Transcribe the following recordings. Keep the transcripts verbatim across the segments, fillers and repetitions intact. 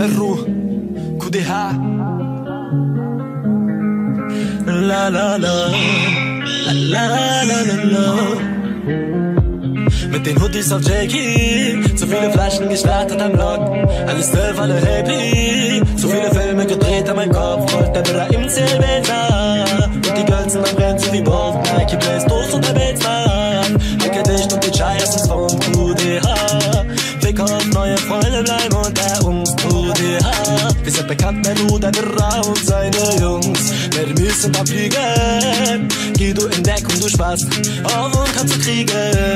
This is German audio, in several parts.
Meru, Q D H. La la la, la la la la la. Mit den Hoodies auf Jakey, so viele Flaschen gestartet am Block. Alles Surf, alle happy, so viele Filme gedreht an meinem Kopf. Rollt der Bra im Zellwälzer und die Girls sind am Rennen, so wie Bolt. Nike Blaze, Toast und der Bates-Mann. Hacke dicht und die Chais ist vom Q D H. Fick auf neue Freunde bleiben unter uns Q D H. Wir sind bekannt, mein Bruder, der Ra und seine Jungs. Wir müssen abfliegen, geh du in Deckung, du Spaß. Auf und kannst du kriegen,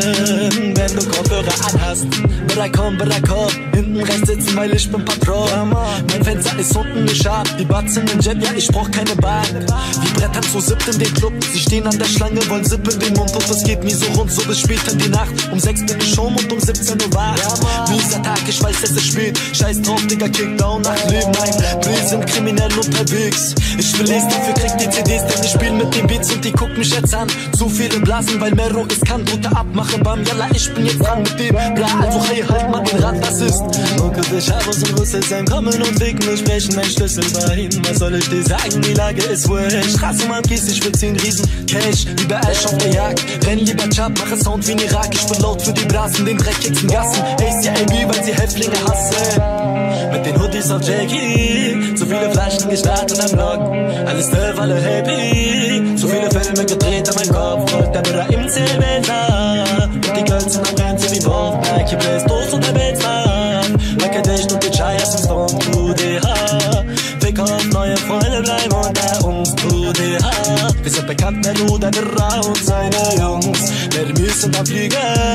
wenn du Kopfhörer anhast. Bereit komm, bereit komm, hinten rechts sitzen, weil ich bin Patron. Mein Fenster ist unten gescharrt, die Batzen im Jet, ja ich brauch keine Bahn. Die brettern zu siebt in den Club, sie stehen an der Schlange, wollen sippen den Mund und es geht nie so rund, so bis spät in die Nacht. Um sechs bin ich home und um siebzehn Uhr wach. Mieser Tag, ich weiß, es ist spät, scheiß drauf, Digga, Kickdown nach Leben. Nein, wir sind kriminell unterwegs. Ich will es, dafür krieg die C Ds, denn ich spiel mit den Beats und die gucken mich jetzt an. Zu viele Blasen, weil Mero ist kann, Route abmache, bam, yalla, ich bin jetzt dran mit dem Bla, also hey, halt mal den Rad, das ist Onkel, ich hab aus dem Rüssel sein, kommen und ficken und sprechen, mein Schlüssel bei ihm. Was soll ich dir sagen, die Lage ist wurscht. Straße, Mann, Kies, ich will ziehen riesen Cash, lieber Ash auf der Jagd. Renn lieber Chap, mache Sound wie in Irak. Ich bin laut für die Brassen, den dreckigsten Gassen. A C A B, weil sie Häftlinge hassen. Mit den Hoodies auf Jakey, so viele Flaschen gestartet am Block. Alles Surf, alle happy, so viele Filme gedreht an meinem Kopf. Rollt der Bra im Zellwälzer und die Girls sind am Rennen, so wie Wolf. Nike Blaze, Toast und der Bates-Mann. Wecke dich und die Chais ist vom Q D H. Fick auf neue Freunde bleiben unter uns Q D H. Wir sind bekannt, der Bruder, der Ra und seine Jungs. Wir müssen da fliegen,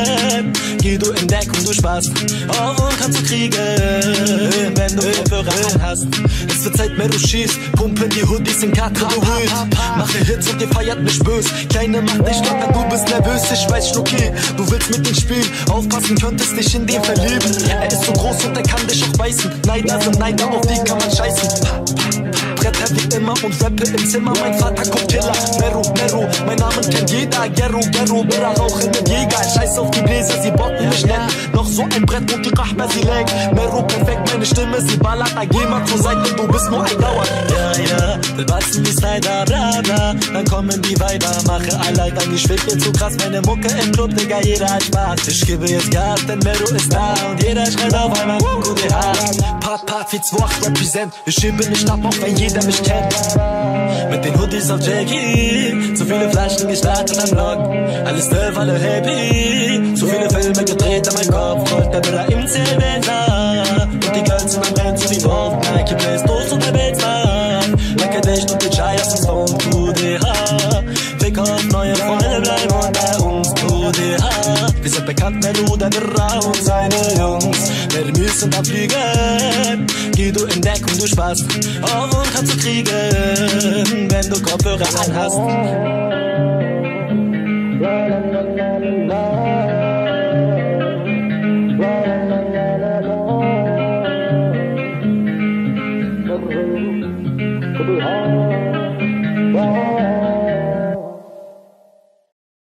geh du in Deckung, du Spaß. Auf und kannst du kriegen, wenn du Kopfhörer anhast. Es wird Zeit, Mero schießt, pumpen die Hoodies in Karte, du Hüt. Mache Hits und ihr feiert mich bös. Kleine macht dich locker, du bist nervös, ich weiß schon okay. Du willst mit dem Spiel, aufpassen, könntest dich in den verlieben. Er ist so groß und er kann dich auch beißen. Neider sind Neider, auf die kann man scheißen. Bretter wie immer und rappe im Zimmer, mein Vater guckt Killer. Mero, Mero, mein Name kennt jeder. Gero, Gero, Bera, Rauche mit Jäger. Scheiß auf die Bläser, sie bocken mich nicht. Noch so ein Brett und die Rachmer, sie leckt. Mero, perfekt, meine Stimme, sie ballert. Na geh mal zur Seite, du bist nur ein Dauer. Ja, ja, will batzen wie Slider, bla, bla. Dann kommen die Weiber, mache Allah, dann geschwebt mir zu krass. Meine Mucke im Club, Digga, jeder hat Spaß. Ich gebe jetzt Gas, denn Mero ist da. Und jeder schreit auf einmal Q D H. Part, Part, wie zwei acht represent. Ich schiebe nicht ab, auch wenn jeder mich kennt. Mit den Hoodies auf Jakey, so viele Flaschen gestartet am Block. Alles Surf, alle happy, so viele Filme gedreht an meinem Kopf. Rollt der Bra im Zellwälzer und die Girls sind am Rennen, so wie Wolf. Nike Blaze, Toast und der Bates-Mann. Wecke dich und die Chais ist vom Q D H. Fick auf neue Freunde bleiben unter uns Q D H. Wir sind bekannt, mein Bruder, der Ra und seine Jungs. Wir müssen da fliegen, geh du in Deckung, du Spaß. Auf und kannst du kriegen, wenn du Kopfhörer anhast.